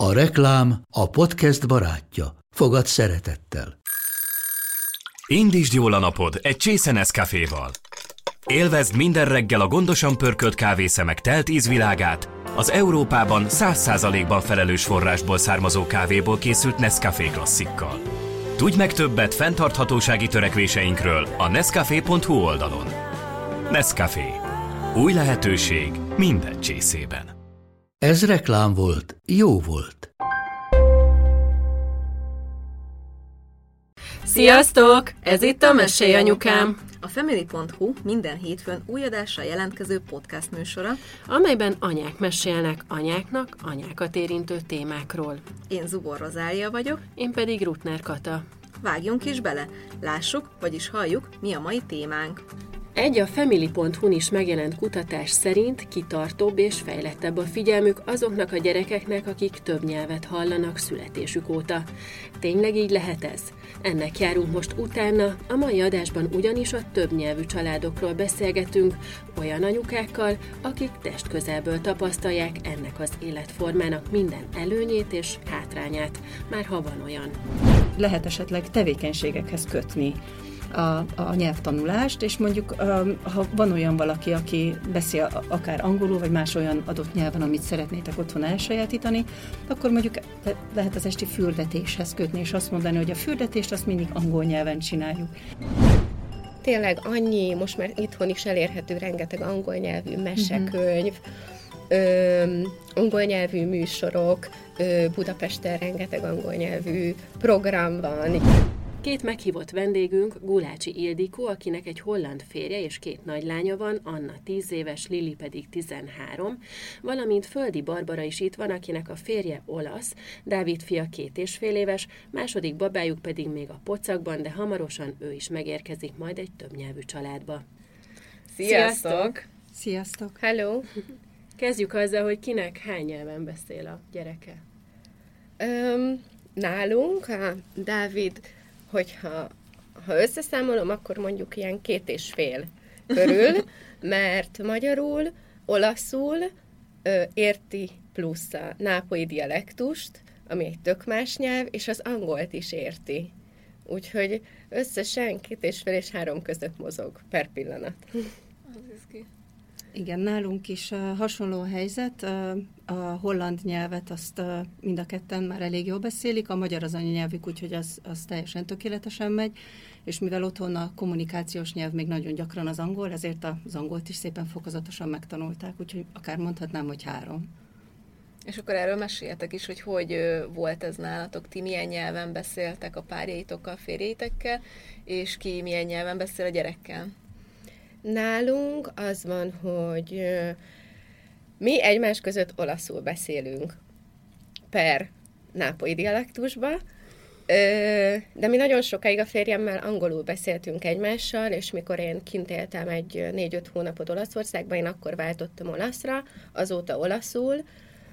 A reklám a podcast barátja. Fogad szeretettel. Indítsd jól a napod egy csésze Nescaféval. Élvezd minden reggel a gondosan pörkölt kávészemek telt ízvilágát, az Európában 100%-ban felelős forrásból származó kávéból készült Nescafé klasszikkal. Tudj meg többet fenntarthatósági törekvéseinkről a nescafé.hu oldalon. Nescafé. Új lehetőség minden csészében. Ez reklám volt, jó volt. Sziasztok! Ez itt a Mesélj Anyukám! A Family.hu minden hétfőn új adással jelentkező podcast műsora, amelyben anyák mesélnek anyáknak anyákat érintő témákról. Én Zubor Rozália vagyok, én pedig Rutner Kata. Vágjunk is bele, lássuk, vagyis halljuk, mi a mai témánk. Egy a Family.hu-n is megjelent kutatás szerint kitartóbb és fejlettebb a figyelmük azoknak a gyerekeknek, akik több nyelvet hallanak születésük óta. Tényleg így lehet ez? Ennek járunk most utána, a mai adásban ugyanis a többnyelvű családokról beszélgetünk, olyan anyukákkal, akik testközelből tapasztalják ennek az életformának minden előnyét és hátrányát, már ha van olyan. Lehet esetleg tevékenységekhez kötni a nyelvtanulást, és mondjuk ha van olyan valaki, aki beszél akár angolul, vagy más olyan adott nyelven, amit szeretnétek otthon elsajátítani, akkor mondjuk lehet az esti fürdetéshez kötni, és azt mondani, hogy a fürdetést azt mindig angol nyelven csináljuk. Tényleg annyi, most már itthon is elérhető rengeteg angol nyelvű mesekönyv, angol nyelvű műsorok, Budapesten rengeteg angol nyelvű program van. Két meghívott vendégünk Gulácsi Ildikó, akinek egy holland férje és két nagylánya van, Anna 10 éves, Lili pedig 13, valamint Földi Barbara is itt van, akinek a férje olasz, Dávid fia 2,5 éves, második babájuk pedig még a pocakban, de hamarosan ő is megérkezik majd egy többnyelvű családba. Sziasztok! Sziasztok! Hello! Kezdjük azzal, hogy kinek hány nyelven beszél a gyereke? Nálunk a Dávid, hogyha összeszámolom, akkor mondjuk ilyen 2,5 körül, mert magyarul, olaszul érti plusz a nápolyi dialektust, ami egy tök más nyelv, és az angolt is érti. Úgyhogy összesen 2,5 és 3 között mozog per pillanat. Igen, nálunk is hasonló a helyzet. A holland nyelvet azt mind a ketten már elég jól beszélik, a magyar az anyanyelvük, úgyhogy az teljesen tökéletesen megy, és mivel otthon a kommunikációs nyelv még nagyon gyakran az angol, ezért az angolt is szépen fokozatosan megtanulták, úgyhogy akár mondhatnám, hogy 3. És akkor erről meséljetek is, hogy volt ez nálatok, ti milyen nyelven beszéltek a párjaitokkal, férjeitekkel, és ki milyen nyelven beszél a gyerekkel? Nálunk az van, hogy mi egymás között olaszul beszélünk per nápolyi dialektusba, de mi nagyon sokáig a férjemmel angolul beszéltünk egymással, és mikor én kint éltem egy 4-5 hónapot Olaszországban, én akkor váltottam olaszra, azóta olaszul.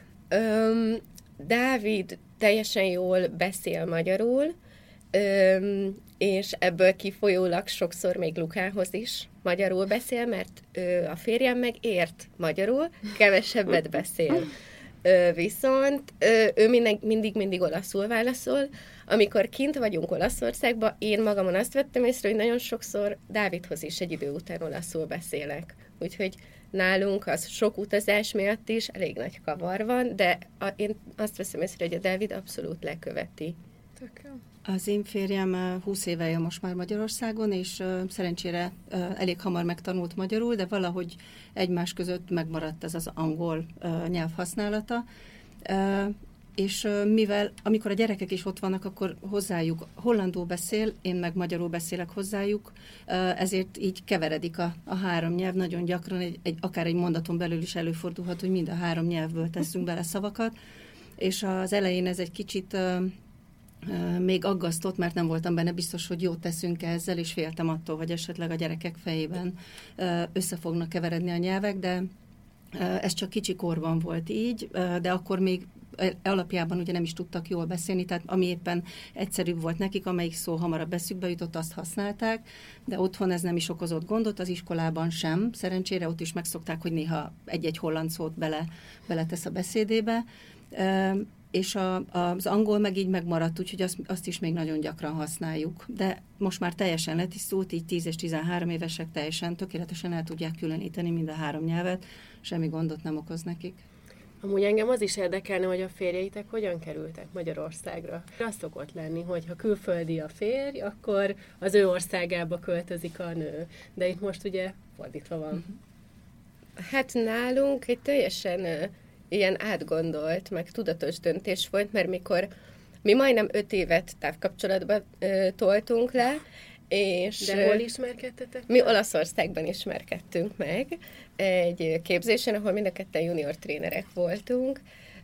Dávid teljesen jól beszél magyarul, és ebből kifolyólag sokszor még Lukához is magyarul beszél, mert a férjem meg ért magyarul, kevesebbet beszél. Viszont ő mindig olaszul válaszol. Amikor kint vagyunk Olaszországban, én magamon azt vettem észre, hogy nagyon sokszor Dávidhoz is egy idő után olaszul beszélek. Úgyhogy nálunk az sok utazás miatt is elég nagy kavar van, de én azt veszem észre, hogy a Dávid abszolút leköveti. Tök jó. Az én férjem 20 éve él most már Magyarországon, és szerencsére elég hamar megtanult magyarul, de valahogy egymás között megmaradt ez az angol nyelv használata. És mivel amikor a gyerekek is ott vannak, akkor hozzájuk hollandul beszél, én meg magyarul beszélek hozzájuk, ezért így keveredik a 3 nyelv. Nagyon gyakran akár egy mondaton belül is előfordulhat, hogy mind a 3 nyelvből teszünk bele szavakat, és az elején ez egy kicsit még aggasztott, mert nem voltam benne biztos, hogy jót teszünk ezzel, és féltem attól, hogy esetleg a gyerekek fejében össze fognak keveredni a nyelvek, de ez csak kicsi korban volt így, de akkor még alapjában ugye nem is tudtak jól beszélni, tehát ami éppen egyszerűbb volt nekik, amelyik szó hamarabb eszükbe jutott, azt használták, de otthon ez nem is okozott gondot, az iskolában sem. Szerencsére ott is megszokták, hogy néha egy-egy holland szót beletesz a beszédébe. és az angol meg így megmaradt, úgyhogy azt is még nagyon gyakran használjuk. De most már teljesen letisztult, így 10 és 13 évesek teljesen tökéletesen el tudják különíteni mind a 3 nyelvet, semmi gondot nem okoz nekik. Amúgy engem az is érdekelne, hogy a férjeitek hogyan kerültek Magyarországra. Az szokott lenni, hogy ha külföldi a férj, akkor az ő országába költözik a nő. De itt most ugye fordítva van. Hát nálunk egy teljesen ilyen átgondolt, meg tudatos döntés volt, mert mikor mi majdnem 5 évet távkapcsolatba toltunk le, és... De hol ismerkedtetek? Mi Olaszországban ismerkedtünk meg egy képzésen, ahol mind a ketten junior trénerek voltunk,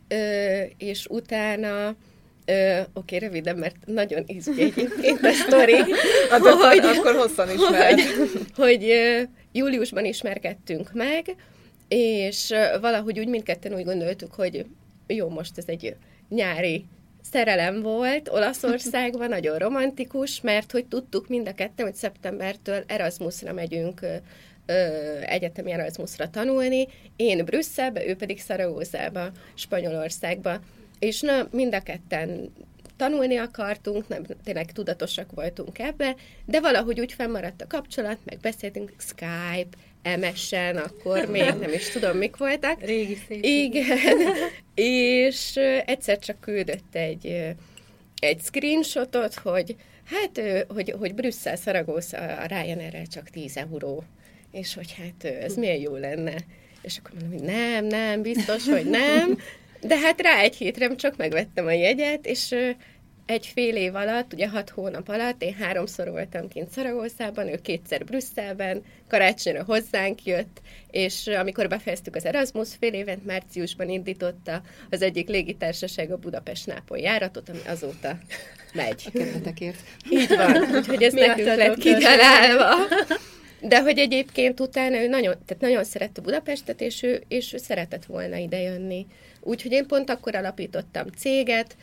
és utána oké, röviden, mert nagyon izgi egyébként a sztori. Akkor hosszan ismered. Hogy júliusban ismerkedtünk meg, és valahogy úgy mindketten úgy gondoltuk, hogy jó, most ez egy nyári szerelem volt Olaszországban, nagyon romantikus, mert hogy tudtuk mind a ketten, hogy szeptembertől Erasmusra megyünk, egyetemi Erasmusra tanulni, én Brüsszelbe, ő pedig Szaragózába, Spanyolországba. És mind a ketten tanulni akartunk, nem, tényleg tudatosak voltunk ebbe, de valahogy úgy fennmaradt a kapcsolat, meg beszéltünk Skype, MS-en, akkor még nem is tudom, mik voltak. Régi szép. Igen, és egyszer csak küldött egy screenshotot, hogy hogy Brüsszel, Szaragóza a Ryanair-rel csak 10 euró, és hogy hát ez milyen jó lenne. És akkor mondom, hogy nem, biztos, hogy nem. De hát rá egy hétre csak megvettem a jegyet, és egy fél év alatt, ugye 6 hónap alatt én 3-szor voltam kint Szaragózában, ő 2-szer Brüsszelben, karácsonyra hozzánk jött, és amikor befejeztük az Erasmus fél évet, márciusban indította az egyik légitársaság a Budapest-Nápoly járatot, ami azóta megy. A kedvetekért. Így van, úgyhogy ez nekünk lett kitalálva. De hogy egyébként utána ő nagyon szerette Budapestet, és ő szeretett volna idejönni. Úgyhogy én pont akkor alapítottam céget,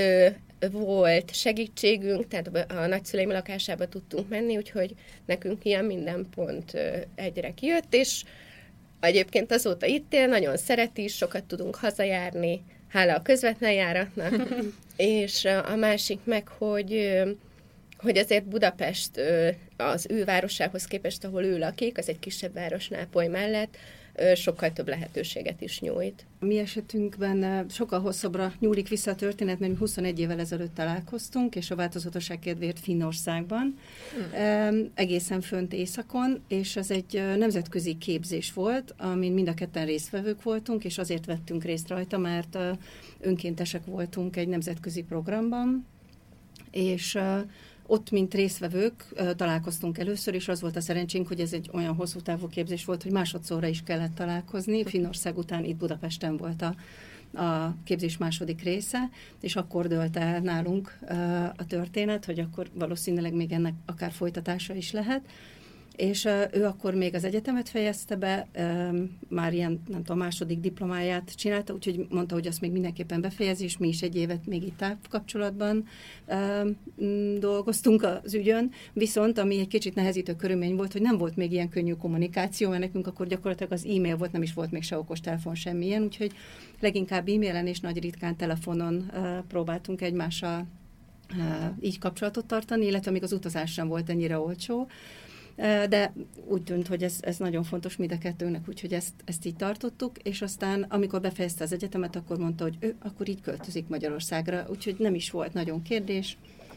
volt segítségünk, tehát a nagyszüleim lakásába tudtunk menni, úgyhogy nekünk ilyen minden pont egyre kijött, és egyébként azóta itt él, nagyon szereti, sokat tudunk hazajárni, hála a közvetlen járatnak, és a másik meg, hogy azért Budapest az ő városához képest, ahol ő lakik, az egy kisebb város Nápoly mellett, sokkal több lehetőséget is nyújt. A mi esetünkben sokkal hosszabbra nyúlik vissza a történet, mert mi 21 évvel ezelőtt találkoztunk, és a változatosság kedvéért Finnországban, egészen fönt északon, és ez egy nemzetközi képzés volt, amin mind a ketten résztvevők voltunk, és azért vettünk részt rajta, mert önkéntesek voltunk egy nemzetközi programban, és ott, mint résztvevők találkoztunk először, és az volt a szerencsénk, hogy ez egy olyan hosszú távú képzés volt, hogy másodszorra is kellett találkozni. Finnország után itt Budapesten volt a képzés második része, és akkor dőlt el nálunk a történet, hogy akkor valószínűleg még ennek akár folytatása is lehet. És ő akkor még az egyetemet fejezte be, már ilyen, nem tudom, második diplomáját csinálta, úgyhogy mondta, hogy azt még mindenképpen befejezi, és mi is egy évet még itt távkapcsolatban dolgoztunk az ügyön, viszont ami egy kicsit nehezítő körülmény volt, hogy nem volt még ilyen könnyű kommunikáció, mert nekünk akkor gyakorlatilag az e-mail volt, nem is volt még se okostelefon, semmilyen, úgyhogy leginkább e-mailen és nagy ritkán telefonon próbáltunk egymással így kapcsolatot tartani, illetve még az utazás sem volt ennyire olcsó. De úgy tűnt, hogy ez nagyon fontos mind a kettőnek, úgyhogy ezt így tartottuk, és aztán, amikor befejezte az egyetemet, akkor mondta, hogy ő akkor így költözik Magyarországra, úgyhogy nem is volt nagyon kérdés,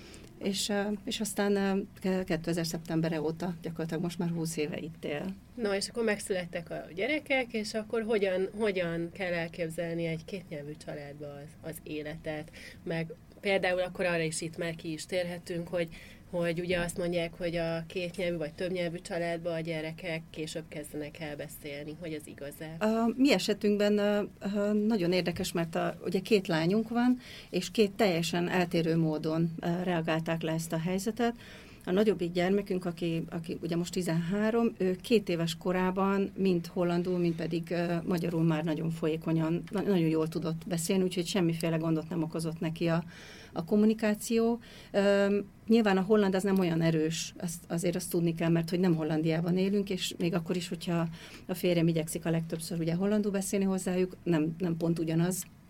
és aztán 2000 szeptembere óta gyakorlatilag most már 20 éve itt él. No, és akkor megszülettek a gyerekek, és akkor hogyan kell elképzelni egy kétnyelvű családba az életet, meg például akkor arra is itt már ki is térhetünk, hogy ugye azt mondják, hogy a kétnyelvű vagy többnyelvű családban a gyerekek később kezdenek el beszélni, hogy ez igaz-e? A mi esetünkben nagyon érdekes, mert ugye 2 lányunk van, és 2 teljesen eltérő módon reagálták le ezt a helyzetet. A nagyobbik gyermekünk, aki ugye most 13, ő 2 éves korában mind hollandul, mind pedig magyarul már nagyon folyékonyan, nagyon jól tudott beszélni, úgyhogy semmiféle gondot nem okozott neki a kommunikáció. Nyilván a holland az nem olyan erős, azért azt tudni kell, mert hogy nem Hollandiában élünk, és még akkor is, hogyha a férjem igyekszik a legtöbbször ugye hollandul beszélni hozzájuk, nem pont ugyanaz.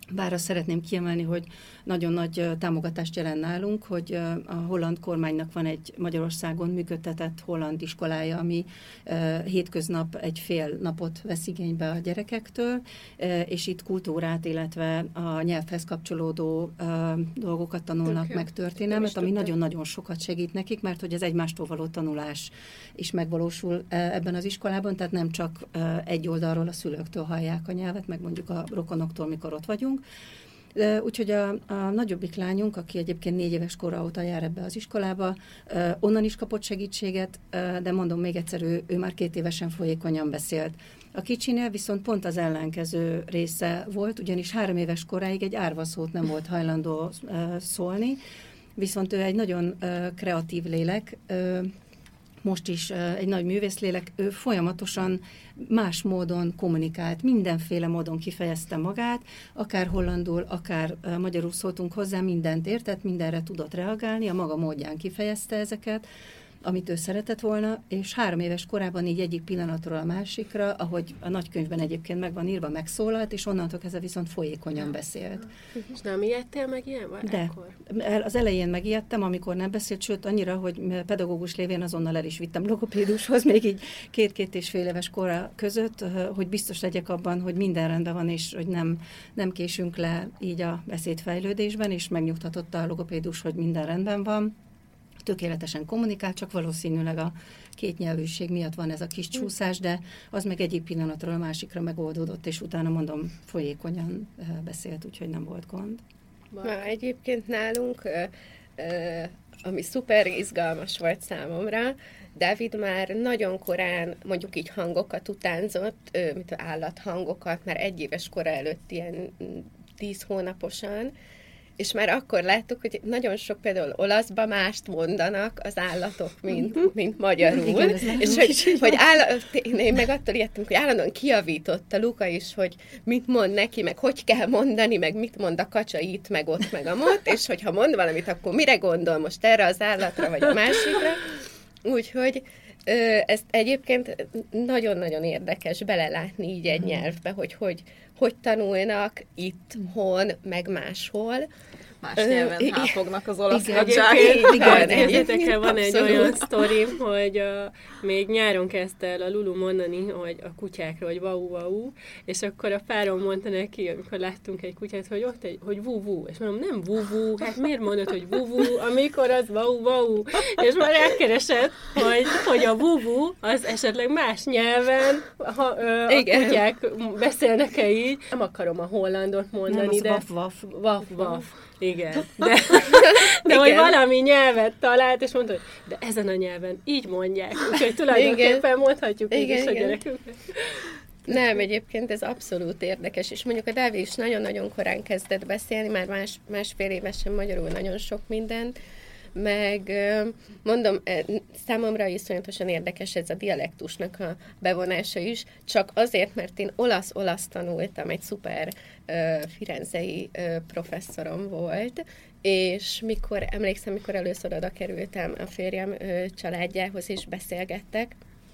Bár azt szeretném kiemelni, hogy nagyon nagy támogatást jelent nálunk, hogy a holland kormánynak van egy Magyarországon működtetett holland iskolája, ami hétköznap egy fél napot vesz igénybe a gyerekektől, és itt kultúrát, illetve a nyelvhez kapcsolódó dolgokat tanulnak meg, történelmet, ami nagyon-nagyon sokat segít nekik, mert hogy az egymástól való tanulás is megvalósul ebben az iskolában, tehát nem csak egy oldalról a szülőktől hallják a nyelvet, meg mondjuk a rokonoktól, mikor ott vagyunk. Úgyhogy a nagyobbik lányunk, aki egyébként 4 éves kora óta jár ebbe az iskolába, onnan is kapott segítséget, de mondom még egyszer, ő már 2 évesen folyékonyan beszélt. A kicsinél viszont pont az ellenkező része volt, ugyanis 3 éves koráig egy árva szót nem volt hajlandó szólni, viszont ő egy nagyon kreatív lélek, most is egy nagy művészlélek, ő folyamatosan más módon kommunikált, mindenféle módon kifejezte magát, akár hollandul, akár magyarul szóltunk hozzá, mindent értett, mindenre tudott reagálni, a maga módján kifejezte ezeket, amit ő szeretett volna, és 3 éves korában így egyik pillanatról a másikra, ahogy a nagykönyvben egyébként meg van írva, megszólalt, és onnantól kezdve viszont folyékonyan beszélt. És nem ijedtél meg ilyen? De. Ekkor? Az elején megijedtem, amikor nem beszélt, sőt annyira, hogy pedagógus lévén azonnal el is vittem logopédushoz, még így 2-2 és fél éves kora között, hogy biztos legyek abban, hogy minden rendben van, és hogy nem késünk le így a beszédfejlődésben, és megnyugtatotta a logopédus, hogy minden rendben van. Tökéletesen kommunikál, csak valószínűleg a kétnyelvűség miatt van ez a kis csúszás, de az meg egyik pillanatról a másikra megoldódott, és utána mondom, folyékonyan beszélt, úgyhogy nem volt gond. Egyébként nálunk, ami szuper izgalmas volt számomra, Dávid már nagyon korán mondjuk így hangokat utánzott, mint állathangokat, már 1 éves kora előtt ilyen 10 hónaposan, és már akkor láttuk, hogy nagyon sok például olaszban mást mondanak az állatok, mint magyarul. Igen, és én meg attól ijedtem, hogy állandóan kijavította Luka is, hogy mit mond neki, meg hogy kell mondani, meg mit mond a kacsa itt, meg ott, meg amott, és hogyha mond valamit, akkor mire gondol most erre az állatra, vagy a másikra. Úgyhogy ezt egyébként nagyon-nagyon érdekes belelátni így egy nyelvbe, hogy tanulnak itthon, meg máshol. Más nyelven háfognak az olasz Igen, egyetekre van egy olyan sztorim, hogy még nyáron kezdte el a Lulu mondani, hogy a kutyákra, hogy vau-vau, és akkor a párom mondta neki, amikor láttunk egy kutyát, hogy ott hogy vú-vú, és mondom, nem vú-vú, hát miért mondod, hogy vú-vú, amikor az vau-vau, és már elkeresett, hogy a vú-vú az esetleg más nyelven, ha a kutyák beszélnek-e így, nem akarom a hollandot mondani, nem, de vaf-vaf. Igen, de hogy valami nyelvet talált, és mondta, hogy de ezen a nyelven így mondják, úgyhogy tulajdonképpen mondhatjuk így is a gyerekünknek. Nem, egyébként ez abszolút érdekes, és mondjuk a Dávid is nagyon-nagyon korán kezdett beszélni, már másfél évesen magyarul nagyon sok mindent, meg mondom, számomra iszonyatosan érdekes ez a dialektusnak a bevonása is, csak azért, mert én olasz tanultam, egy szuper firenzei professzorom volt, és emlékszem, mikor először oda kerültem a férjem családjához, és beszélgettek,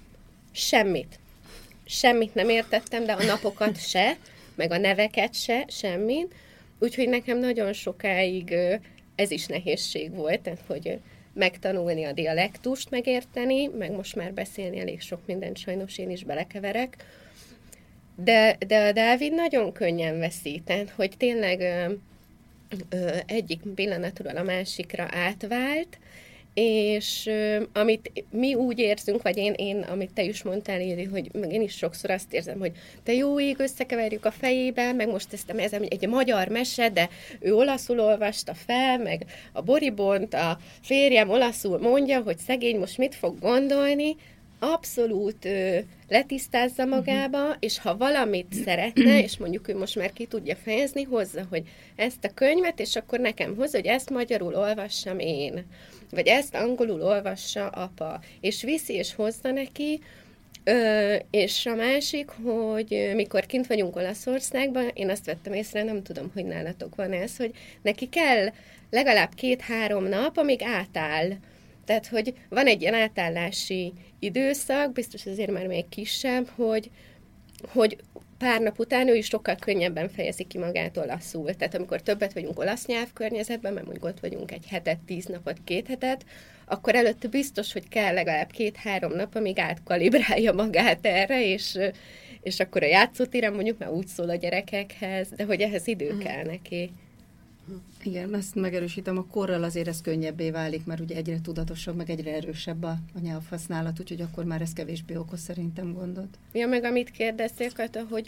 semmit nem értettem, de a napokat se, meg a neveket se, semmit, úgyhogy nekem nagyon sokáig ez is nehézség volt, tehát hogy megtanulni a dialektust, megérteni, meg most már beszélni elég sok mindent, sajnos én is belekeverek. De a Dávid nagyon könnyen veszi, tehát hogy tényleg egyik pillanatról a másikra átvált, és amit mi úgy érzünk, vagy én amit te is mondtál, Éri, hogy meg én is sokszor azt érzem, hogy te jó ég, összekeverjük a fejében, meg most ez egy magyar mese, de ő olaszul olvasta fel, meg a Boribont, a férjem olaszul mondja, hogy szegény most mit fog gondolni, abszolút letisztázza magába, és ha valamit szeretne, és mondjuk ő most már ki tudja fejezni, hozza, hogy ezt a könyvet, és akkor nekem hozza, hogy ezt magyarul olvassam én, vagy ezt angolul olvassa apa, és viszi, és hozza neki, és a másik, hogy mikor kint vagyunk Olaszországban, én azt vettem észre, nem tudom, hogy nálatok van ez, hogy neki kell legalább 2-3 nap, amíg átáll. Tehát, hogy van egy ilyen átállási időszak, biztos azért már még kisebb, hogy pár nap után ő is sokkal könnyebben fejezi ki magát olaszul. Tehát amikor többet vagyunk olasz nyelvkörnyezetben, mert mondjuk ott vagyunk egy hetet, 10 napot, 2 hetet, akkor előtte biztos, hogy kell legalább 2-3 nap, amíg átkalibrálja magát erre, és akkor a játszótéren mondjuk már úgy szól a gyerekekhez, de hogy ehhez idő kell neki. Igen, ezt megerősítem, a korral azért ez könnyebbé válik, mert ugye egyre tudatosabb, meg egyre erősebb a nyelvhasználat, úgyhogy akkor már ez kevésbé okoz szerintem gondot. Ja, meg amit kérdeztél, Kata, hogy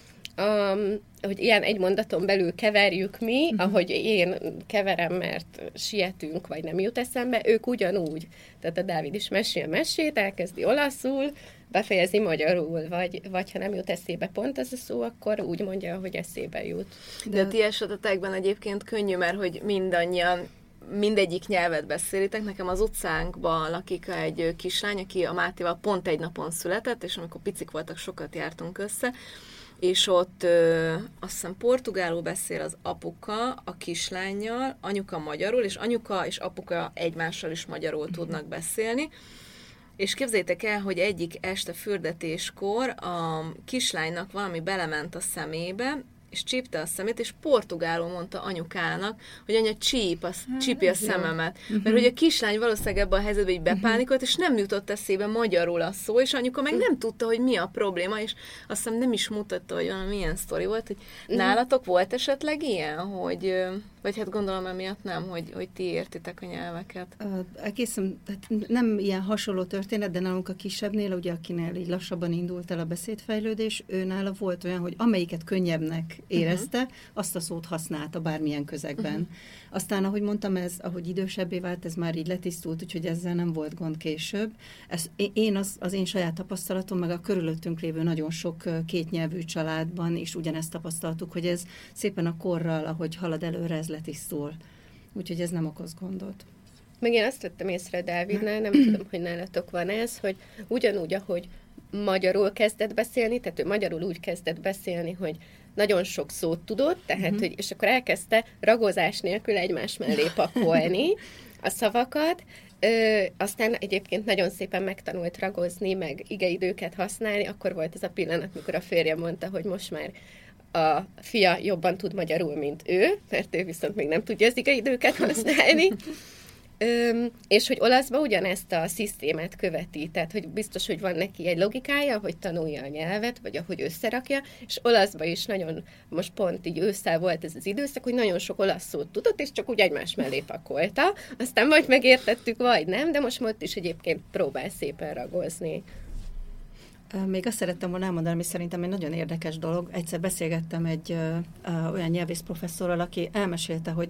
hogy ilyen egy mondaton belül keverjük mi, ahogy én keverem, mert sietünk, vagy nem jut eszembe, ők ugyanúgy. Tehát a Dávid is mesél mesét, elkezdi olaszul, befejezi magyarul, vagy ha nem jut eszébe pont ez a szó, akkor úgy mondja, hogy eszébe jut. De a ti esetetekben egyébként könnyű, mert hogy mindannyian mindegyik nyelvet beszélitek. Nekem az utcánkban lakik egy kislány, aki a Mátéval pont egy napon született, és amikor picik voltak, sokat jártunk össze, és ott azt hiszem portugálul beszél az apuka a kislánnyal, anyuka magyarul, és anyuka és apuka egymással is magyarul tudnak beszélni. És képzeljétek el, hogy egyik este fürdetéskor a kislánynak valami belement a szemébe, és csípte a szemét, és portugálul mondta anyukának, hogy anya csípi a szememet. Mert hogy a kislány valószínűleg ebben a helyzetben így bepánikolt, és nem jutott eszébe magyarul a szó, és anyuka meg nem tudta, hogy mi a probléma, és azt hiszem nem is mutatta, hogy valami ilyen sztori volt, hogy nálatok volt esetleg ilyen, hogy, vagy hát gondolom emiatt nem, hogy ti értitek a nyelveket. Egészen, nem ilyen hasonló történet, de nálunk a kisebbnél, ugye akinél így lassabban indult el a beszédfejlődés, őnála volt olyan, hogy amelyiket könnyebbnek érezte, azt a szót használta bármilyen közegben. Aztán, ahogy mondtam, ahogy idősebbé vált, ez már így letisztult, úgyhogy ezzel nem volt gond később. Az én saját tapasztalatom, meg a körülöttünk lévő nagyon sok kétnyelvű családban is ugyanezt tapasztaltuk, hogy ez szépen a korral, ahogy halad előre, ez letisztul. Úgyhogy ez nem okoz gondot. Meg én azt vettem észre Dávidnál, nem tudom, hogy nálatok van ez, hogy ugyanúgy, ahogy magyarul kezdett beszélni, tehát ő magyarul úgy kezdett beszélni, hogy nagyon sok szót tudott, tehát, hogy, és akkor elkezdte ragozás nélkül egymás mellé pakolni a szavakat, aztán egyébként nagyon szépen megtanult ragozni, meg igeidőket használni, akkor volt ez a pillanat, mikor a férje mondta, hogy most már a fia jobban tud magyarul, mint ő, mert ő viszont még nem tudja az igeidőket használni, és hogy olaszban ugyanezt a szisztémát követi, tehát hogy biztos, hogy van neki egy logikája, hogy tanulja a nyelvet, vagy ahogy összerakja, és olaszban is nagyon, most pont így ősszel volt ez az időszak, hogy nagyon sok olasz szót tudott, és csak úgy egymás mellé pakolta, aztán vagy megértettük, vagy nem, de most is egyébként próbál szépen ragozni. Még azt szerettem volna elmondani, ami szerintem egy nagyon érdekes dolog. Egyszer beszélgettem egy olyan nyelvész professzorral, aki elmesélte, hogy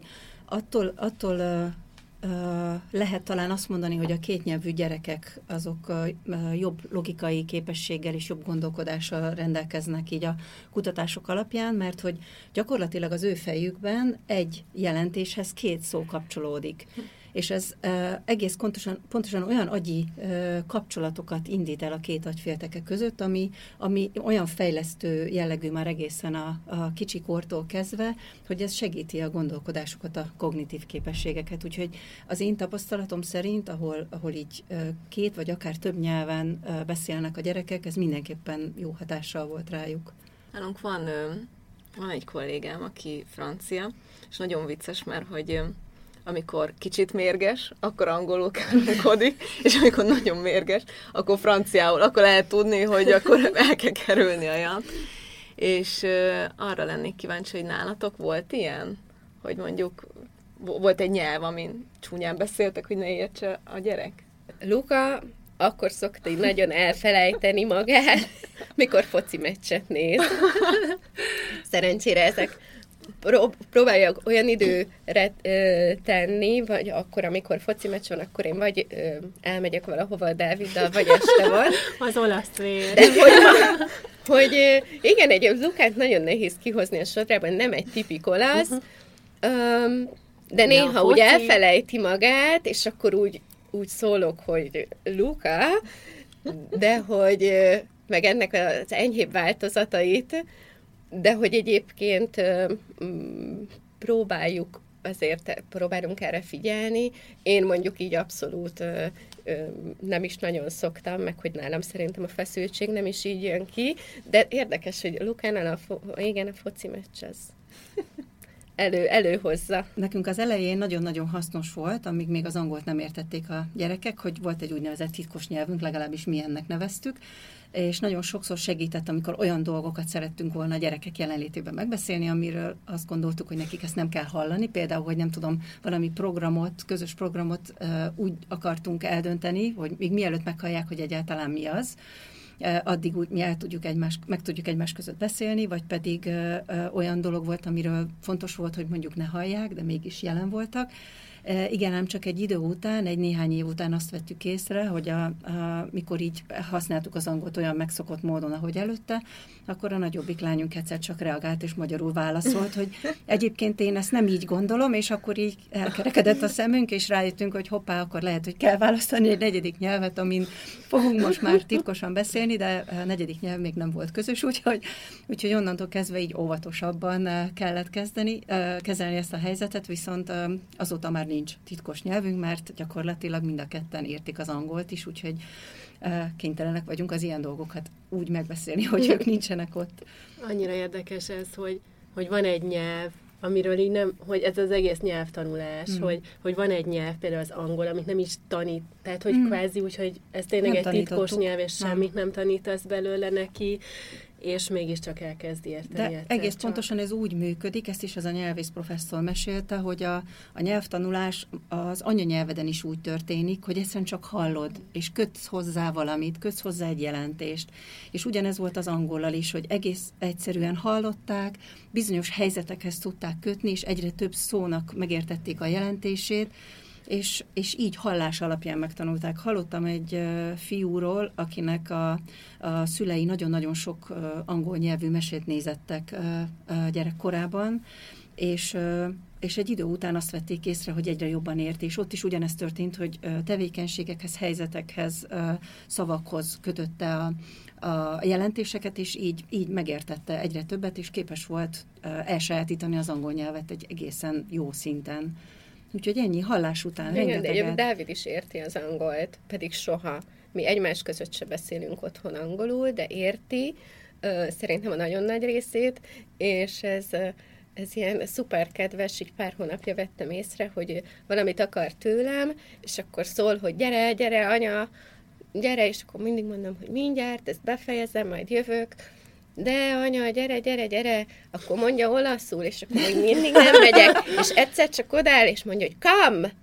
attól lehet talán azt mondani, hogy a kétnyelvű gyerekek azok jobb logikai képességgel és jobb gondolkodással rendelkeznek így a kutatások alapján, mert hogy gyakorlatilag az ő fejükben egy jelentéshez 2 szó kapcsolódik. És ez egész pontosan olyan agyi kapcsolatokat indít el a 2 agyfélteke között, ami olyan fejlesztő jellegű már egészen a kicsikortól kezdve, hogy ez segíti a gondolkodásukat, a kognitív képességeket. Úgyhogy az én tapasztalatom szerint, ahol így 2 vagy akár több nyelven beszélnek a gyerekek, ez mindenképpen jó hatással volt rájuk. Nálunk van egy kollégám, aki francia, és nagyon vicces, mert hogy amikor kicsit mérges, akkor angolul káromkodik, és amikor nagyon mérges, akkor franciául. Akkor lehet tudni, hogy akkor el kell kerülni a jant. És arra lennék kíváncsi, hogy nálatok volt ilyen? Hogy mondjuk volt egy nyelv, amin csúnyán beszéltek, hogy ne értse a gyerek? Luka akkor szokta így nagyon elfelejteni magát, mikor foci meccset néz. Szerencsére ezek próbáljak olyan időre tenni, vagy akkor, amikor foci meccs van, akkor én vagy elmegyek valahova a Dáviddal, vagy este van. Az olasz vér. De hogy igen, egy Lukát nagyon nehéz kihozni a sodrában, nem egy tipik olasz, de néha úgy elfelejti magát, és akkor úgy szólok, hogy Luka, de hogy meg ennek az enyhébb változatait, de hogy egyébként próbáljuk azért próbálunk erre figyelni. Én mondjuk így abszolút nem is nagyon szoktam, meg hogy nálam szerintem a feszültség nem is így jön ki, de érdekes, hogy Lukánál a foci meccs az előhozza. Nekünk az elején nagyon-nagyon hasznos volt, amíg még az angolt nem értették a gyerekek, hogy volt egy úgynevezett titkos nyelvünk, legalábbis mi ennek neveztük, és nagyon sokszor segített, amikor olyan dolgokat szerettünk volna a gyerekek jelenlétében megbeszélni, amiről azt gondoltuk, hogy nekik ezt nem kell hallani. Például, hogy nem tudom, valami programot, közös programot úgy akartunk eldönteni, hogy még mielőtt meghallják, hogy egyáltalán mi az, addig úgy mi meg tudjuk egymás között beszélni, vagy pedig olyan dolog volt, amiről fontos volt, hogy mondjuk ne hallják, de mégis jelen voltak. Igen, ám csak egy idő után, egy néhány év után azt vettük észre, hogy mikor így használtuk az angolt olyan megszokott módon, ahogy előtte, akkor a nagyobbik lányunk egyszer csak reagált és magyarul válaszolt, hogy egyébként én ezt nem így gondolom, és akkor így elkerekedett a szemünk, és rájöttünk, hogy hoppá, akkor lehet, hogy kell választani egy negyedik nyelvet, amin fogunk most már titkosan beszélni, de a negyedik nyelv még nem volt közös, úgyhogy onnantól kezdve így óvatosabban kellett kezelni ezt a helyzetet, viszont azóta már nincs titkos nyelvünk, mert gyakorlatilag mind a ketten értik az angolt is, úgyhogy kénytelenek vagyunk az ilyen dolgokat úgy megbeszélni, hogy ők nincsenek ott. Annyira érdekes ez, hogy van egy nyelv, amiről így nem, hogy ez az egész nyelvtanulás, hogy van egy nyelv, például az angol, amit nem is tanít, tehát hogy kvázi úgy, hogy ez tényleg egy titkos nyelv, és semmit nem tanítasz belőle neki, és mégiscsak elkezd érteni. De egész pontosan ez úgy működik, ezt is az a nyelvész professzor mesélte, hogy a nyelvtanulás az anyanyelveden is úgy történik, hogy egyszerűen csak hallod, és kötsz hozzá valamit, kötsz hozzá egy jelentést. És ugyanez volt az angollal is, hogy egész egyszerűen hallották, bizonyos helyzetekhez tudták kötni, és egyre több szónak megértették a jelentését, és így hallás alapján megtanulták. Hallottam egy fiúról, akinek a szülei nagyon-nagyon sok angol nyelvű mesét nézettek gyerekkorában, és egy idő után azt vették észre, hogy egyre jobban ért, és ott is ugyanezt történt, hogy tevékenységekhez, helyzetekhez, szavakhoz kötötte a jelentéseket, és így megértette egyre többet, és képes volt elsajátítani az angol nyelvet egy egészen jó szinten. Úgyhogy ennyi, hallás után rengeteget. De Dávid is érti az angolt, pedig soha. Mi egymás között se beszélünk otthon angolul, de érti, szerintem a nagyon nagy részét, és ez ilyen szuper kedves, így pár hónapja vettem észre, hogy valamit akar tőlem, és akkor szól, hogy gyere, anya, gyere, és akkor mindig mondom, hogy mindjárt, ezt befejezem, majd jövök. De anya, gyere, akkor mondja olaszul, és akkor még mindig nem megyek, és egyszer csak odáll, és mondja, hogy come,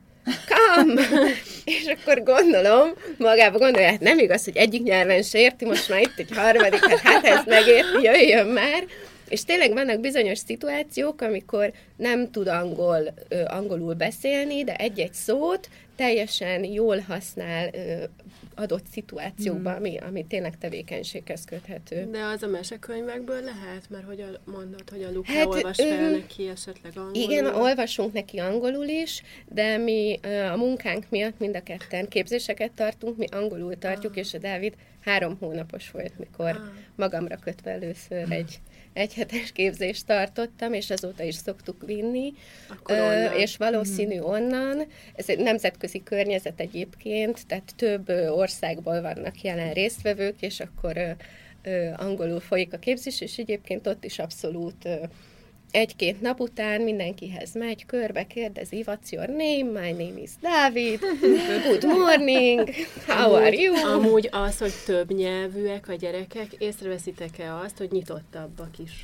és akkor magába gondolja, hát nem igaz, hogy egyik nyelven se érti, most már itt egy harmadik, hát ezt megérti, jöjjön már. És tényleg vannak bizonyos szituációk, amikor nem tud angolul beszélni, de egy-egy szót teljesen jól használ adott szituációkban, ami tényleg tevékenységhez köthető. De az a mesekönyvekből lehet? Mert hogy mondod, hogy a Luka olvas fel neki esetleg angolul. Igen, olvasunk neki angolul is, de mi a munkánk miatt mind a ketten képzéseket tartunk, mi angolul tartjuk, és a Dávid 3 hónapos volt, mikor magamra kötve először egy hetes képzést tartottam, és azóta is szoktuk vinni, és valószínű onnan, ez egy nemzetközi környezet egyébként, tehát több országból vannak jelen résztvevők, és akkor angolul folyik a képzés, és egyébként ott is abszolút 1-2 nap után mindenkihez megy, körbe kérdezi, what's your name? My name is Dávid, good morning, how are you? Amúgy az, hogy több nyelvűek a gyerekek, észreveszitek-e azt, hogy nyitottabbak is?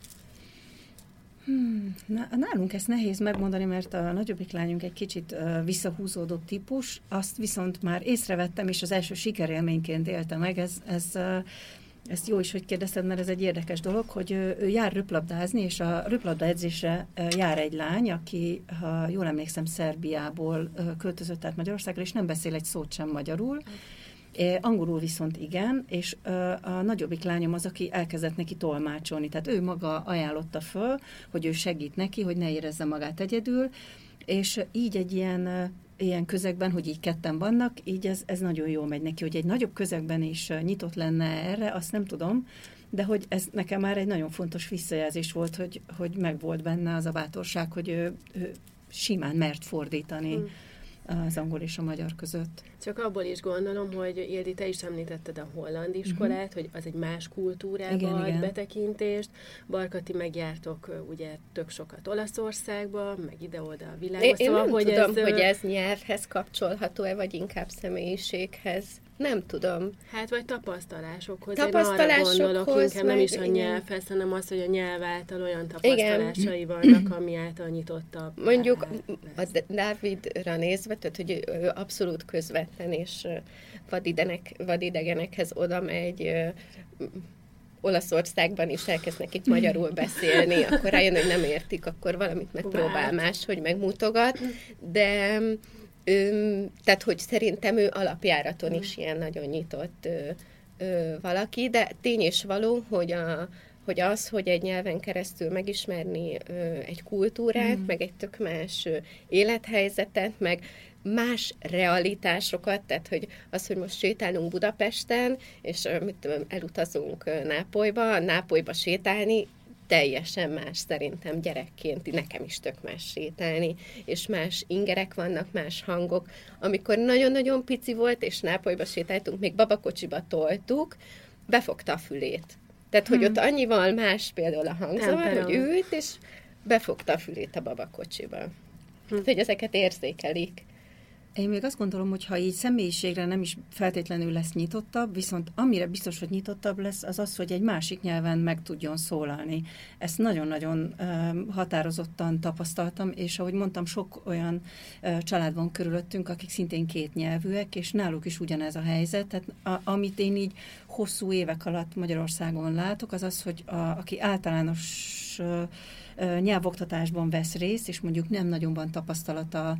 Nálunk ezt nehéz megmondani, mert a nagyobbik lányunk egy kicsit visszahúzódott típus, azt viszont már észrevettem, és az első sikerélményként élte meg, ezt jó is, hogy kérdezted, mert ez egy érdekes dolog, hogy ő jár röplabdázni, és a röplabda edzésre jár egy lány, aki, ha jól emlékszem, Szerbiából költözött át Magyarországra, és nem beszél egy szót sem magyarul. Angolul viszont igen, és a nagyobbik lányom az, aki elkezdett neki tolmácsolni. Tehát ő maga ajánlotta föl, hogy ő segít neki, hogy ne érezze magát egyedül, és így egy ilyen közegben, hogy így ketten vannak, így ez nagyon jól megy neki, hogy egy nagyobb közegben is nyitott lenne erre, azt nem tudom, de hogy ez nekem már egy nagyon fontos visszajelzés volt, hogy megvolt benne az a bátorság, hogy ő simán mert fordítani az angol és a magyar között. Csak abból is gondolom, hogy Ildi, te is említetted a holland iskolát, hogy az egy más kultúrába ad betekintést. Barkati, megjártok ugye tök sokat Olaszországba, meg ide-oda a világba. Én szóval, nem hogy tudom, hogy ez nyelvhez kapcsolható-e, vagy inkább személyiséghez. Nem tudom. Hát, vagy tapasztalásokhoz. Én arra gondolok, inkább nem is a nyelvhez, hanem az, hogy a nyelv által olyan tapasztalásai vannak, ami által nyitottabb. Mondjuk a Dávidra nézve, tehát, hogy ő abszolút közvetlen, és vadidegenekhez oda megy, Olaszországban is elkezd nekik magyarul beszélni, akkor rájön, hogy nem értik, akkor valamit megpróbál máshogy megmutogat, de tehát, hogy szerintem ő alapjáraton is ilyen nagyon nyitott valaki, de tény és való, hogy hogy egy nyelven keresztül megismerni egy kultúrát, meg egy tök más élethelyzetet, meg más realitásokat, tehát hogy az, hogy most sétálunk Budapesten, és elutazunk Nápolyba sétálni, teljesen más szerintem gyerekként, nekem is tök más sétálni, és más ingerek vannak, más hangok. Amikor nagyon-nagyon pici volt, és Nápolyba sétáltunk, még babakocsiba toltuk, befogta a fülét. Tehát, hogy ott annyival más például a hangzavar, hogy ült, és befogta a fülét a babakocsiba. Tehát, hogy ezeket érzékelik. Én még azt gondolom, hogy ha így személyiségre nem is feltétlenül lesz nyitottabb, viszont amire biztos, hogy nyitottabb lesz, az az, hogy egy másik nyelven meg tudjon szólalni. Ezt nagyon-nagyon határozottan tapasztaltam, és ahogy mondtam, sok olyan család van körülöttünk, akik szintén kétnyelvűek, és náluk is ugyanez a helyzet. Tehát amit én így hosszú évek alatt Magyarországon látok, az az, hogy aki általános nyelvoktatásban vesz részt, és mondjuk nem nagyon van tapasztalata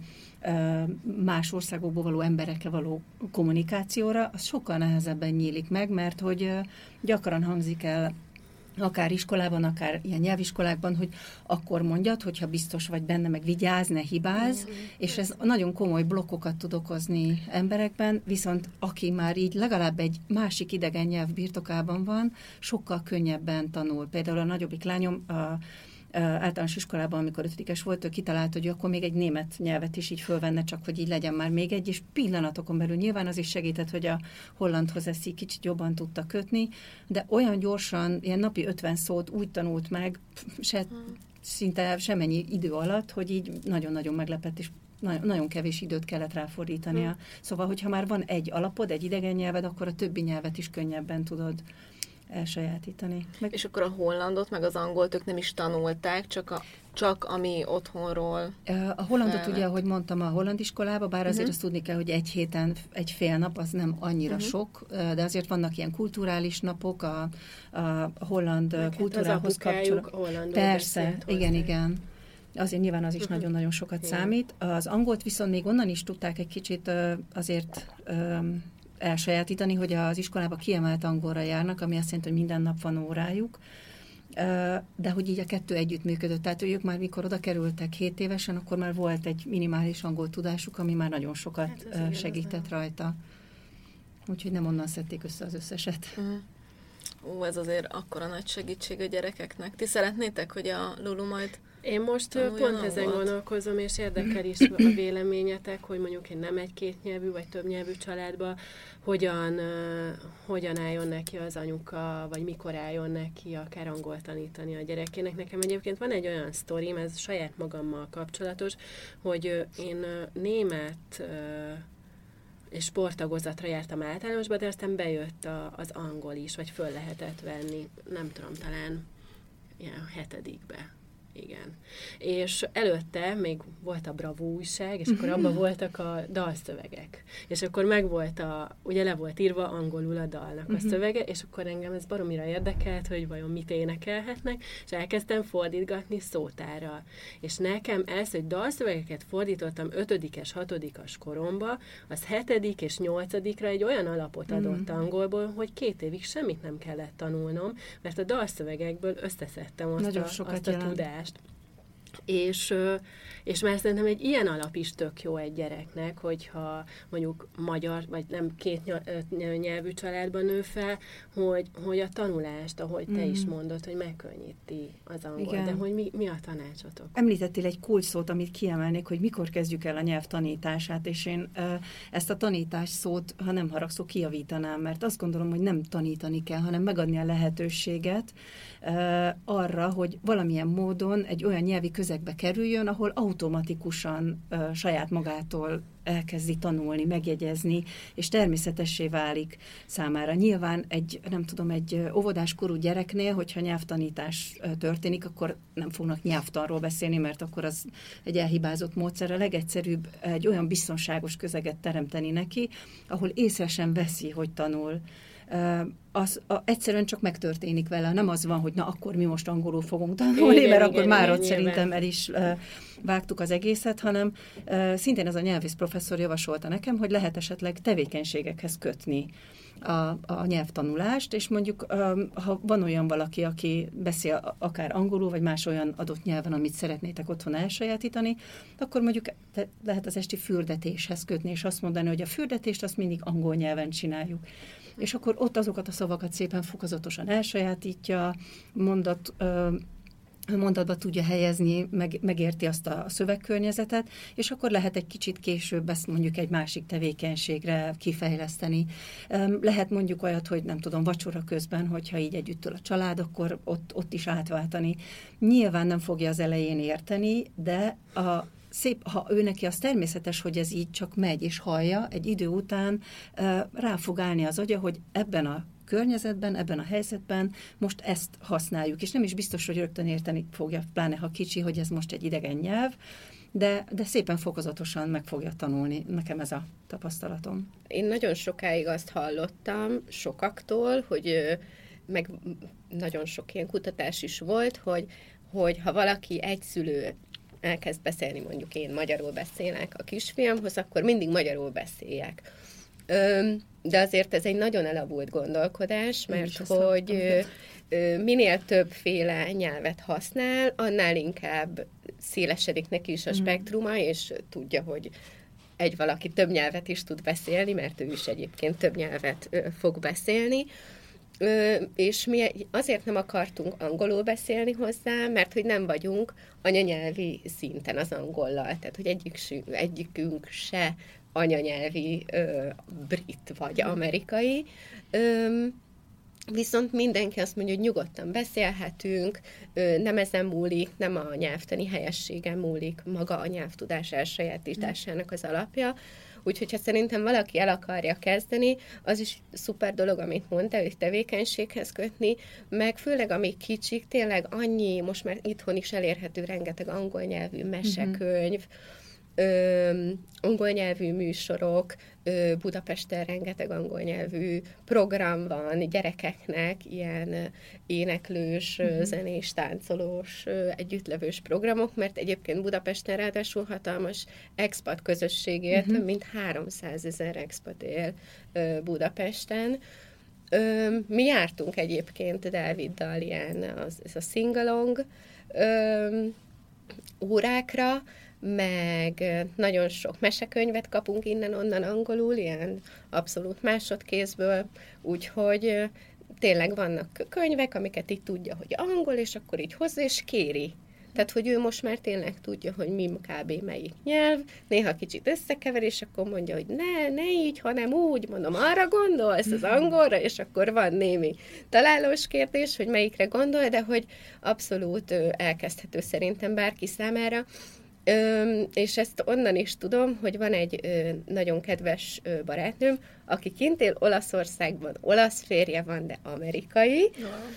más országokból való emberekkel való kommunikációra, az sokkal nehezebben nyílik meg, mert hogy gyakran hangzik el akár iskolában, akár ilyen nyelviskolákban, hogy akkor mondjad, hogyha biztos vagy benne, meg vigyázz, ne hibázz, és ez nagyon komoly blokkokat tud okozni emberekben, viszont aki már így legalább egy másik idegen nyelv birtokában van, sokkal könnyebben tanul. Például a nagyobbik lányom általános iskolában, amikor 5-es volt, ő kitalált, hogy akkor még egy német nyelvet is így fölvenne, csak hogy így legyen már még egy, és pillanatokon belül nyilván az is segített, hogy a hollandhoz ezt így kicsit jobban tudta kötni, de olyan gyorsan, ilyen napi 50 szót úgy tanult meg, szinte semennyi idő alatt, hogy így nagyon-nagyon meglepett, és nagyon kevés időt kellett ráfordítania. Szóval, hogyha már van egy alapod, egy idegen nyelved, akkor a többi nyelvet is könnyebben tudod elsajátítani. És akkor a hollandot, meg az angolt ők nem is tanulták, csak ami otthonról a hollandot ugye, ahogy mondtam, a holland iskolába, bár azért azt tudni kell, hogy egy héten, egy fél nap, az nem annyira sok, de azért vannak ilyen kulturális napok, a holland kultúrához kapcsolatban. Persze, igen. Azért nyilván az is nagyon-nagyon sokat számít. Az angolt viszont még onnan is tudták egy kicsit azért elsajátítani, hogy az iskolába kiemelt angolra járnak, ami azt jelenti, hogy minden nap van órájuk, de hogy így a kettő együttműködött. Tehát ők már mikor oda kerültek 7 évesen, akkor már volt egy minimális angol tudásuk, ami már nagyon sokat segített rajta. Úgyhogy nem onnan szedték össze az összeset. Ez azért akkora nagy segítség a gyerekeknek. Ti szeretnétek, hogy a Lulu majd én most pont ezen gondolkozom, és érdekel is a véleményetek, hogy mondjuk én nem egy kétnyelvű vagy többnyelvű családba, hogyan álljon neki az anyuka, vagy mikor álljon neki akár angolt tanítani a gyerekének. Nekem egyébként van egy olyan sztorim, ez saját magammal kapcsolatos, hogy én német és sporttagozatra jártam általánosba, de aztán bejött az angol is, vagy föl lehetett venni, nem tudom, talán ilyen 7-be. Igen. És előtte még volt a Bravo újság, és akkor abban voltak a dalszövegek. És akkor megvolt ugye le volt írva angolul a dalnak a szövege, és akkor engem ez baromira érdekelt, hogy vajon mit énekelhetnek, és elkezdtem fordítgatni szótára. És nekem ez, hogy dalszövegeket fordítottam 5-es, 6-as koromba, az 7. és 8-ra egy olyan alapot adott angolból, hogy 2 évig semmit nem kellett tanulnom, mert a dalszövegekből összeszedtem azt a tudást. És már szerintem egy ilyen alap is tök jó egy gyereknek, hogyha mondjuk magyar, vagy nem két nyelvű családban nő fel, hogy a tanulást, ahogy te is mondod, hogy megkönnyíti az angol. Igen. De hogy mi a tanácsotok? Említettél egy kulcsszót, amit kiemelnék, hogy mikor kezdjük el a nyelv tanítását, és én ezt a tanítás szót, ha nem haragszok, kijavítanám, mert azt gondolom, hogy nem tanítani kell, hanem megadni a lehetőséget arra, hogy valamilyen módon egy olyan nyelvi közegbe kerüljön, ahol automatikusan saját magától elkezdi tanulni, megjegyezni, és természetessé válik számára. Nyilván egy óvodáskorú gyereknél, hogyha nyelvtanítás történik, akkor nem fognak nyelvtanról beszélni, mert akkor az egy elhibázott módszer. A legegyszerűbb egy olyan biztonságos közeget teremteni neki, ahol észre sem veszi, hogy tanul. Egyszerűen csak megtörténik vele. Nem az van, hogy na akkor mi most angolul fogunk tanulni, mert akkor már ott szerintem el is vágtuk az egészet, hanem szintén ez a nyelvész professzor javasolta nekem, hogy lehet esetleg tevékenységekhez kötni a nyelvtanulást, és mondjuk, ha van olyan valaki, aki beszél akár angolul, vagy más olyan adott nyelven, amit szeretnétek otthon elsajátítani, akkor mondjuk lehet az esti fürdetéshez kötni, és azt mondani, hogy a fürdetést azt mindig angol nyelven csináljuk. És akkor ott azokat a szavakat szépen fokozatosan elsajátítja, mondatba tudja helyezni, megérti azt a szövegkörnyezetet, és akkor lehet egy kicsit később ezt mondjuk egy másik tevékenységre kifejleszteni. Lehet mondjuk olyat, hogy nem tudom, vacsora közben, hogyha így együtt ül a család, akkor ott is átváltani. Nyilván nem fogja az elején érteni, de ha ő neki az természetes, hogy ez így csak megy és hallja, egy idő után rá fog állni az agya, hogy ebben a környezetben, ebben a helyzetben most ezt használjuk, és nem is biztos, hogy rögtön érteni fogja, pláne ha kicsi, hogy ez most egy idegen nyelv, de szépen fokozatosan meg fogja tanulni. Nekem ez a tapasztalatom. Én nagyon sokáig azt hallottam sokaktól, meg nagyon sok ilyen kutatás is volt, hogy ha valaki egyszülő elkezd beszélni, mondjuk én magyarul beszélek a kisfiamhoz, akkor mindig magyarul beszéljek. De azért ez egy nagyon elavult gondolkodás, mert hogy minél többféle nyelvet használ, annál inkább szélesedik neki is a spektruma, és tudja, hogy valaki több nyelvet is tud beszélni, mert ő is egyébként több nyelvet fog beszélni. És mi azért nem akartunk angolul beszélni hozzá, mert hogy nem vagyunk anyanyelvi szinten az angollal, tehát hogy egyikünk se anyanyelvi brit vagy amerikai, viszont mindenki azt mondja, hogy nyugodtan beszélhetünk, nem ezen múlik, nem a nyelvtani helyességen múlik maga a nyelvtudás elsajátításának az alapja. Úgyhogy ha szerintem valaki el akarja kezdeni, az is szuper dolog, amit mondta, hogy tevékenységhez kötni, meg főleg amíg kicsik, tényleg annyi, most már itthon is elérhető rengeteg angol nyelvű mesekönyv, angol nyelvű műsorok, Budapesten rengeteg angol nyelvű program van gyerekeknek, ilyen éneklős, zenés, táncolós, együttlevős programok, mert egyébként Budapesten ráadásul hatalmas expat közösség él, több mint 300 000 expat él Budapesten. Mi jártunk egyébként Dáviddal ez a sing-along órákra, meg nagyon sok mesekönyvet kapunk innen-onnan angolul, ilyen abszolút másodkézből, úgyhogy tényleg vannak könyvek, amiket így tudja, hogy angol, és akkor így hozzá, és kéri. Tehát, hogy ő most már tényleg tudja, hogy mi kb. Melyik nyelv, néha kicsit összekever, és akkor mondja, hogy ne így, hanem úgy, mondom, arra gondolsz az angolra, és akkor van némi találós kérdés, hogy melyikre gondol, de hogy abszolút elkezdhető szerintem bárki számára. És ezt onnan is tudom, hogy van egy nagyon kedves barátnőm, aki kint él Olaszországban, olasz férje van, de amerikai,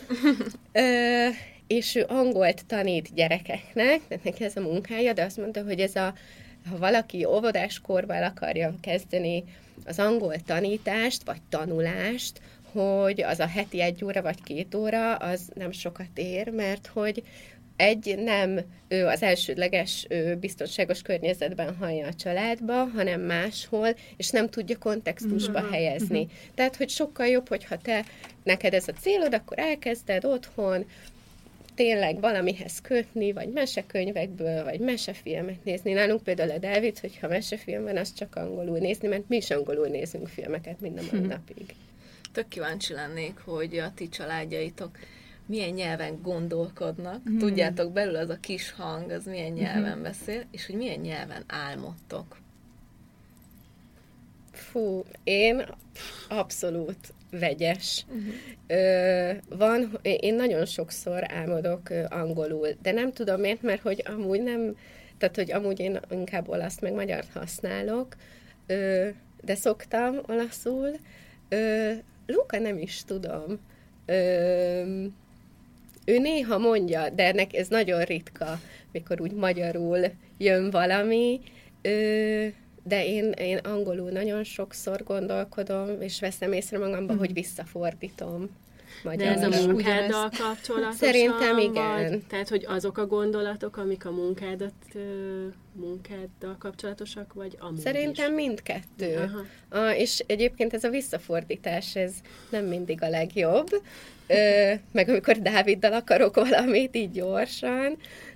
és ő angolt tanít gyerekeknek, tehát neki ez a munkája, de azt mondta, hogy ha valaki óvodáskorban akarja kezdeni az angol tanítást, vagy tanulást, hogy az a heti 1 óra vagy 2 óra, az nem sokat ér, mert hogy nem ő az elsődleges biztonságos környezetben hallja a családba, hanem máshol, és nem tudja kontextusba helyezni. Tehát, hogy sokkal jobb, hogyha neked ez a célod, akkor elkezded otthon, tényleg valamihez kötni, vagy mesekönyvekből, vagy mesefilmet nézni. Nálunk például a Dávid, hogyha mesefilm van, az csak angolul nézni, mert mi is angolul nézünk filmeket mind a mai napig. Tök kíváncsi lennék, hogy a ti családjaitok milyen nyelven gondolkodnak. Tudjátok, belül az a kis hang, az milyen nyelven beszél, és hogy milyen nyelven álmodtok. Fú, én abszolút vegyes. Én nagyon sokszor álmodok angolul, de nem tudom miért, mert hogy amúgy nem, tehát hogy amúgy én inkább olaszt meg magyart használok, de szoktam olaszul. Luka nem is tudom. Ő néha mondja, de ez nagyon ritka, mikor úgy magyarul jön valami, de én angolul nagyon sokszor gondolkodom, és veszem észre magamban, hogy visszafordítom. De ez a munkáddal kapcsolatosan? Szerintem igen. Vagy, tehát, hogy azok a gondolatok, amik a munkáddal kapcsolatosak, vagy amúgy Szerintem is? Mindkettő. És egyébként ez a visszafordítás, ez nem mindig a legjobb. Meg amikor Dáviddal akarok valamit, így gyorsan.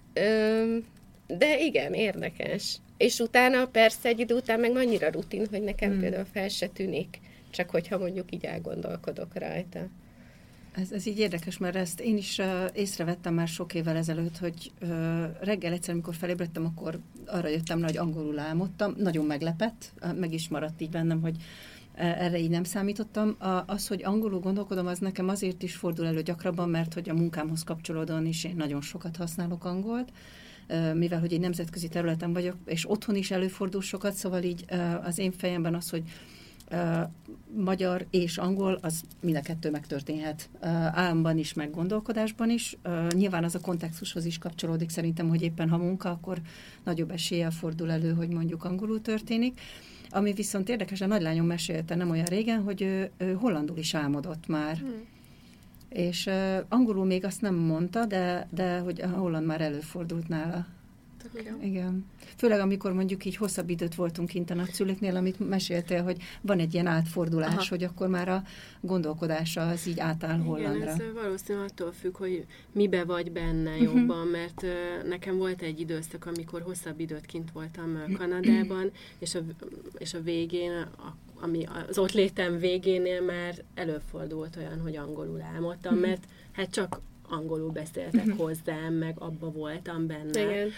De igen, érdekes. És utána persze egy idő után meg annyira rutin, hogy nekem például fel se tűnik, csak hogyha mondjuk így elgondolkodok rajta. Ez így érdekes, mert ezt én is észrevettem már sok évvel ezelőtt, hogy reggel egyszer, amikor felébredtem, akkor arra jöttem rá, hogy angolul álmodtam. Nagyon meglepett, meg is maradt így bennem, hogy erre így nem számítottam. Az, hogy angolul gondolkodom, az nekem azért is fordul elő gyakrabban, mert hogy a munkámhoz kapcsolódóan is én nagyon sokat használok angolt, mivel hogy egy nemzetközi területen vagyok, és otthon is előfordul sokat, szóval így az én fejemben az, hogy magyar és angol, az mind a kettő megtörténhet. Álmban is, meg gondolkodásban is. Nyilván az a kontextushoz is kapcsolódik szerintem, hogy éppen ha munka, akkor nagyobb eséllyel fordul elő, hogy mondjuk angolul történik. Ami viszont érdekes, a nagylányom mesélte nem olyan régen, hogy ő hollandul is álmodott már. És angolul még azt nem mondta, de hogy a holland már előfordult nála. Igen. Főleg, amikor mondjuk így hosszabb időt voltunk kint a nagyszülőknél, amit meséltél, hogy van egy ilyen átfordulás, hogy akkor már a gondolkodása az így átáll hollandra. Igen, ez valószínűleg attól függ, hogy mibe vagy benne jobban, mert nekem volt egy időszak, amikor hosszabb időt kint voltam Kanadában, és a végén, ami az ott létem végénél már előfordult olyan, hogy angolul álmodtam, mert hát csak angolul beszéltek hozzám, meg abba voltam benne. Igen.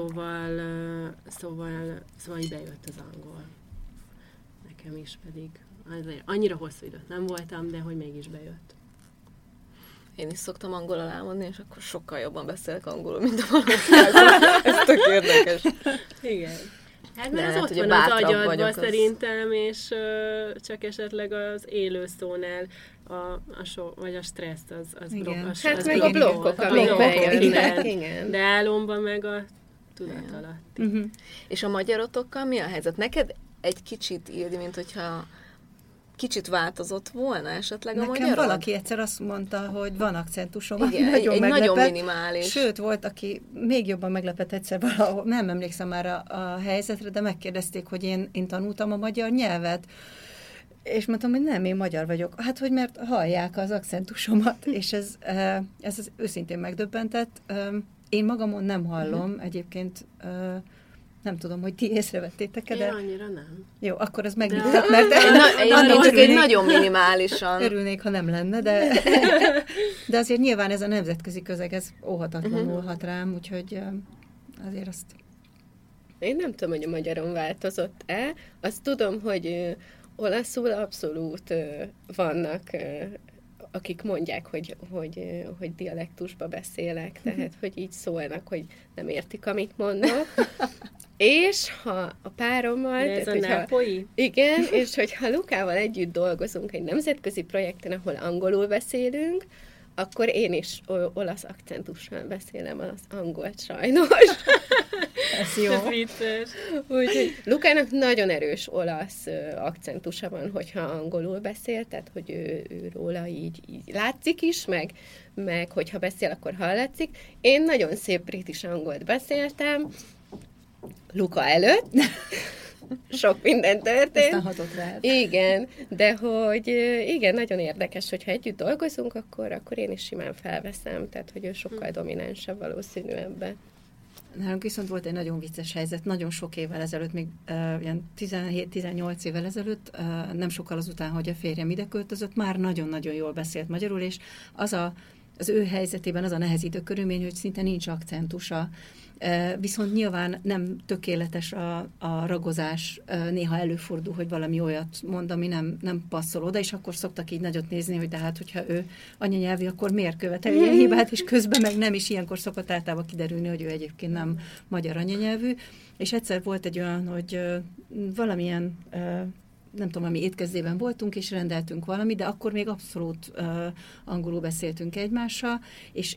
Szóval így bejött az angol. Nekem is pedig. Annyira hosszú időt nem voltam, de hogy mégis bejött. Én is szoktam angolul álmodni, és akkor sokkal jobban beszélek angolul, mint a valóságban. Ez tök érdekes. Igen. Hát mert az ott van az agyadban szerintem, és csak esetleg az élő szónál vagy a stressz az blokk. Hát meg a blokkok, amik bejönnek. Igen. De álomban meg a tudat alatt. És a magyarotokkal mi a helyzet? Neked egy kicsit Ildi, mint hogyha kicsit változott volna esetleg a magyarod? Nekem valaki egyszer azt mondta, hogy van akcentusom, igen, nagyon meglepett. Nagyon minimális. Sőt, volt, aki még jobban meglepett egyszer valahol, nem emlékszem már a helyzetre, de megkérdezték, hogy én tanultam a magyar nyelvet, és mondtam, hogy nem, én magyar vagyok. Hát, hogy mert hallják az akcentusomat, és ez őszintén megdöbbentett. Én magamon nem hallom, egyébként nem tudom, hogy ti észrevettétek-e, de... Én annyira nem. Jó, akkor az megnyugtat, mert... Én csak egy nagyon minimálisan. Örülnék, ha nem lenne, de azért nyilván ez a nemzetközi közeg, ez óhatatlanul hat rám, úgyhogy azért azt... Én nem tudom, hogy a magyaron változott-e. Azt tudom, hogy olaszul abszolút vannak, akik mondják, hogy dialektusba beszélek, tehát, hogy így szólnak, hogy nem értik, amit mondok. És ha a párommal... De ez a nápolyi? Igen, és hogyha Lukával együtt dolgozunk egy nemzetközi projekten, ahol angolul beszélünk, akkor én is olasz akcentussal beszélem az angolt sajnos. Ez jó. Úgyhogy Lukának nagyon erős olasz akcentusa van, hogyha angolul beszél, tehát hogy ő róla így látszik is, meg hogyha beszél, akkor hallatszik. Én nagyon szép british angolt beszéltem, Luka előtt, sok minden történt. Aztán hatott rá. Igen, de hogy igen, nagyon érdekes, hogyha együtt dolgozunk, akkor én is simán felveszem, tehát hogy ő sokkal dominánsabb valószínű ebben. Nálunk viszont volt egy nagyon vicces helyzet, nagyon sok évvel ezelőtt, még ilyen 17-18 évvel ezelőtt, nem sokkal azután, hogy a férjem ide költözött, már nagyon-nagyon jól beszélt magyarul, és az ő helyzetében az a nehezítő körülmény, hogy szinte nincs akcentusa. Viszont nyilván nem tökéletes a ragozás, néha előfordul, hogy valami olyat mond, ami nem passzol oda, és akkor szoktak így nagyot nézni, hogy de hát, hogyha ő anyanyelvű, akkor miért követel ilyen hibát, és közben meg nem, is ilyenkor szokott általában kiderülni, hogy ő egyébként nem magyar anyanyelvű. És egyszer volt egy olyan, hogy valamilyen nem tudom, ami étkezdében voltunk, és rendeltünk valamit, de akkor még abszolút angolul beszéltünk egymással, és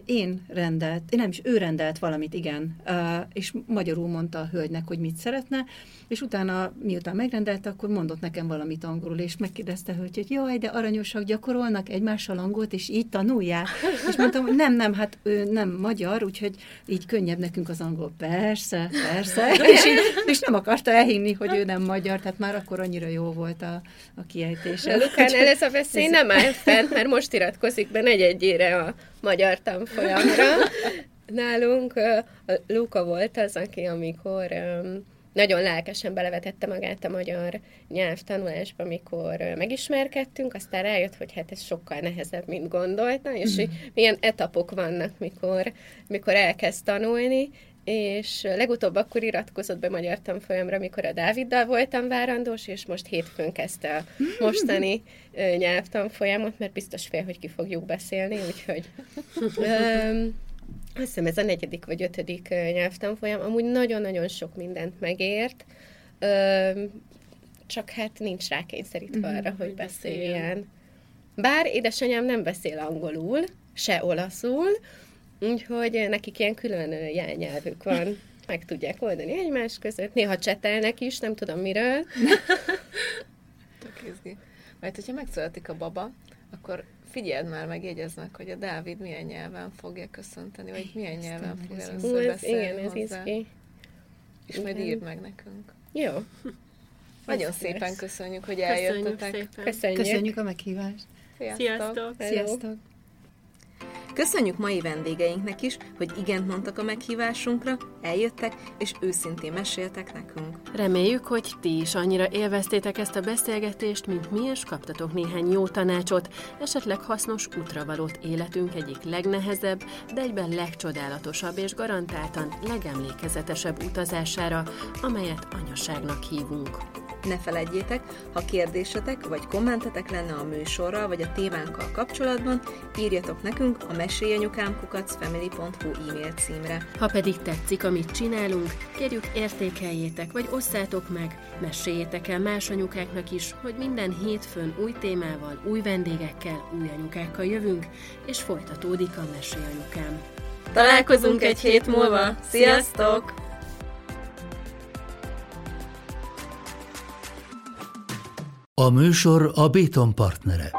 ő rendelt valamit, igen, és magyarul mondta a hölgynek, hogy mit szeretne, és utána, miután megrendelte, akkor mondott nekem valamit angolul, és megkérdezte, hogy jaj, de aranyosak, gyakorolnak egymással angolt, és így tanulják. És mondtam, hogy nem, hát ő nem magyar, úgyhogy így könnyebb nekünk az angol. Persze. És nem akarta elhinni, hogy ő nem magyar, tehát már akkor annyira jó volt a kiejtése. Lukánál ez a veszély nem áll fent, mert most iratkozik be negyedjére a magyar tanfolyamra. Nálunk a Luka volt az, aki amikor nagyon lelkesen belevetette magát a magyar nyelvtanulásba, amikor megismerkedtünk, aztán rájött, hogy hát ez sokkal nehezebb, mint gondolta, és milyen etapok vannak, mikor elkezd tanulni, és legutóbb akkor iratkozott be magyar tanfolyamra, amikor a Dáviddal voltam várandós, és most hétfőn kezdte a mostani nyelvtanfolyamot, mert biztos fél, hogy ki fogjuk beszélni, úgyhogy azt hiszem ez a 4. vagy 5. nyelvtanfolyam, amúgy nagyon-nagyon sok mindent megért, csak hát nincs rákényszerítve arra, hogy beszéljen. Bár édesanyám nem beszél angolul, se olaszul, úgyhogy nekik ilyen külön jelnyelvük van. Meg tudják oldani egymás között. Néha csetelnek is, nem tudom miről. Tök izgi. Mert hogyha megszületik a baba, akkor figyeld már, meg jegyezd meg, hogy a Dávid milyen nyelven fogja köszönteni, vagy milyen nyelven fog először beszélni igen, ez hozzá. izgi. És majd írd meg nekünk. Jó. Nagyon szépen köszönjük, hogy eljöttetek. Köszönjük a meghívást. Sziasztok! Sziasztok! Köszönjük mai vendégeinknek is, hogy igent mondtak a meghívásunkra, eljöttek és őszintén meséltek nekünk. Reméljük, hogy ti is annyira élveztétek ezt a beszélgetést, mint mi, és kaptatok néhány jó tanácsot, esetleg hasznos útravalót életünk egyik legnehezebb, de egyben legcsodálatosabb és garantáltan legemlékezetesebb utazására, amelyet anyaságnak hívunk. Ne feledjétek, ha kérdésetek vagy kommentetek lenne a műsorral vagy a témánkkal kapcsolatban, írjatok nekünk a mesélyanyukám@family.hu e-mail címre. Ha pedig tetszik, amit csinálunk, kérjük értékeljétek, vagy osszátok meg, meséljétek el más anyukáknak is, hogy minden hétfőn új témával, új vendégekkel, új anyukákkal jövünk, és folytatódik a Mesélyanyukám. Találkozunk egy hét múlva! Sziasztok! A műsor a Béton partnere.